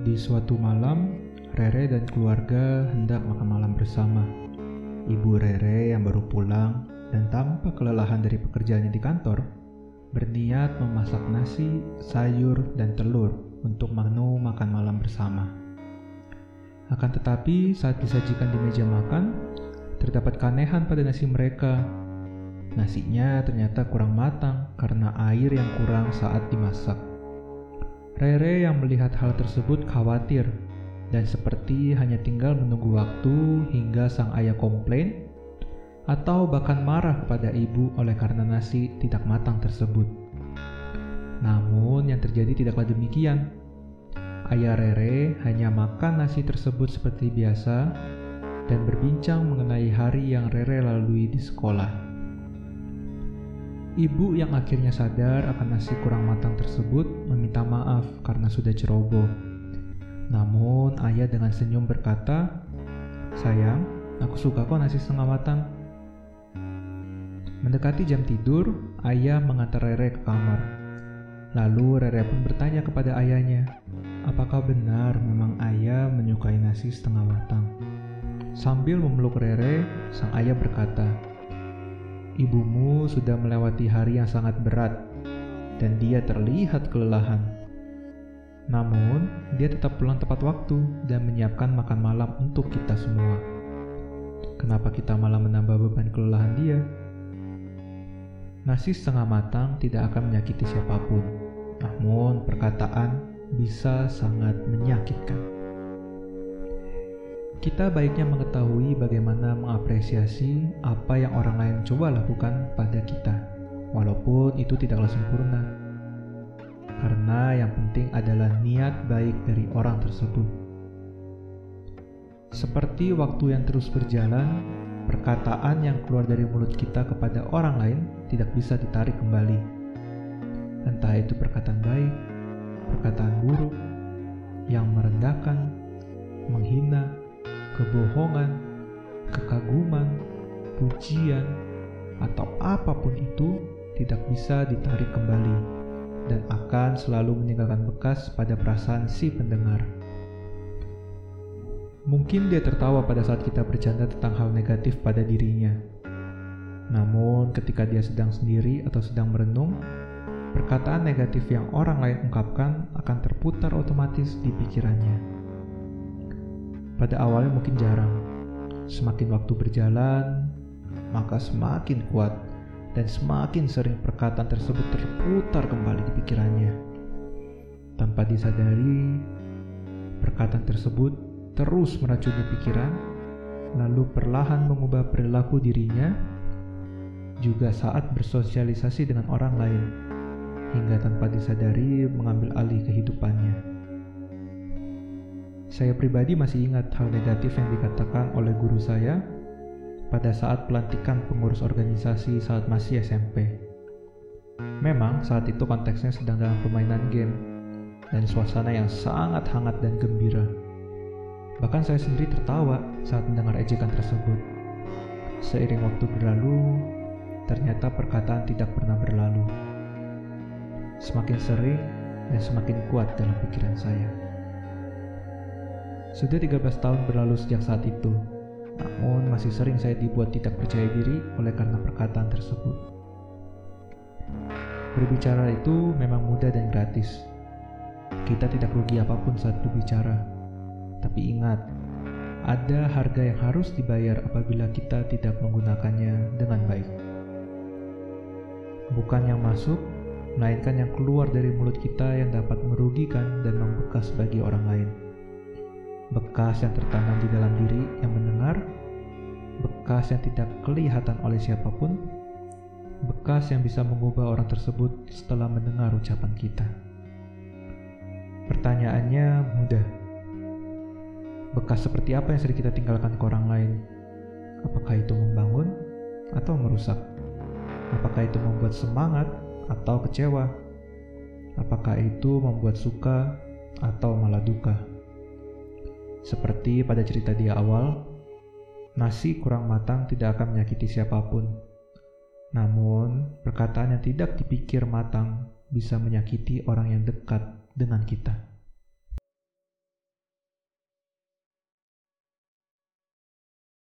Di suatu malam, Rere dan keluarga hendak makan malam bersama. Ibu Rere yang baru pulang dan tampak kelelahan dari pekerjaannya di kantor, berniat memasak nasi, sayur, dan telur untuk menu makan malam bersama. Akan tetapi, saat disajikan di meja makan, terdapat keanehan pada nasi mereka. Nasinya ternyata kurang matang karena air yang kurang saat dimasak. Rere yang melihat hal tersebut khawatir dan seperti hanya tinggal menunggu waktu hingga sang ayah komplain atau bahkan marah kepada ibu oleh karena nasi tidak matang tersebut. Namun yang terjadi tidaklah demikian. Ayah Rere hanya makan nasi tersebut seperti biasa dan berbincang mengenai hari yang Rere lalui di sekolah. Ibu yang akhirnya sadar akan nasi kurang matang tersebut meminta maaf karena sudah ceroboh. Namun ayah dengan senyum berkata, "Sayang, aku suka kok nasi setengah matang." Mendekati jam tidur, ayah mengantar Rere ke kamar. Lalu Rere pun bertanya kepada ayahnya, apakah benar memang ayah menyukai nasi setengah matang? Sambil memeluk Rere, sang ayah berkata, "Ibumu sudah melewati hari yang sangat berat, dan dia terlihat kelelahan. Namun, dia tetap pulang tepat waktu dan menyiapkan makan malam untuk kita semua. Kenapa kita malah menambah beban kelelahan dia?" Nasi setengah matang tidak akan menyakiti siapapun, namun perkataan bisa sangat menyakitkan. Kita baiknya mengetahui bagaimana mengapresiasi apa yang orang lain coba lakukan pada kita, walaupun itu tidaklah sempurna. Karena yang penting adalah niat baik dari orang tersebut. Seperti waktu yang terus berjalan, perkataan yang keluar dari mulut kita kepada orang lain tidak bisa ditarik kembali. Entah itu perkataan baik, perkataan buruk, yang merendahkan, menghina, kebohongan, kekaguman, pujian, atau apapun itu tidak bisa ditarik kembali dan akan selalu meninggalkan bekas pada perasaan si pendengar. Mungkin dia tertawa pada saat kita bercanda tentang hal negatif pada dirinya. Namun ketika dia sedang sendiri atau sedang merenung, perkataan negatif yang orang lain ungkapkan akan terputar otomatis di pikirannya. Pada awalnya mungkin jarang, semakin waktu berjalan, maka semakin kuat dan semakin sering perkataan tersebut terputar kembali di pikirannya. Tanpa disadari, perkataan tersebut terus meracuni pikiran, lalu perlahan mengubah perilaku dirinya, juga saat bersosialisasi dengan orang lain, hingga tanpa disadari mengambil alih kehidupannya. Saya pribadi masih ingat hal negatif yang dikatakan oleh guru saya pada saat pelantikan pengurus organisasi saat masih SMP. Memang saat itu konteksnya sedang dalam permainan game dan suasana yang sangat hangat dan gembira. Bahkan saya sendiri tertawa saat mendengar ejekan tersebut. Seiring waktu berlalu, ternyata perkataan tidak pernah berlalu. Semakin sering dan semakin kuat dalam pikiran saya. Sudah 13 tahun berlalu sejak saat itu, namun masih sering saya dibuat tidak percaya diri oleh karena perkataan tersebut. Berbicara itu memang mudah dan gratis. Kita tidak rugi apapun saat berbicara. Tapi ingat, ada harga yang harus dibayar apabila kita tidak menggunakannya dengan baik. Bukan yang masuk, melainkan yang keluar dari mulut kita yang dapat merugikan dan membekas bagi orang lain. Bekas yang tertanam di dalam diri yang mendengar, bekas yang tidak kelihatan oleh siapapun, bekas yang bisa mengubah orang tersebut setelah mendengar ucapan kita. Pertanyaannya mudah. Bekas seperti apa yang sering kita tinggalkan ke orang lain? Apakah itu membangun atau merusak? Apakah itu membuat semangat atau kecewa? Apakah itu membuat suka atau malah duka? Seperti pada cerita di awal, nasi kurang matang tidak akan menyakiti siapapun. Namun, perkataan yang tidak dipikir matang bisa menyakiti orang yang dekat dengan kita.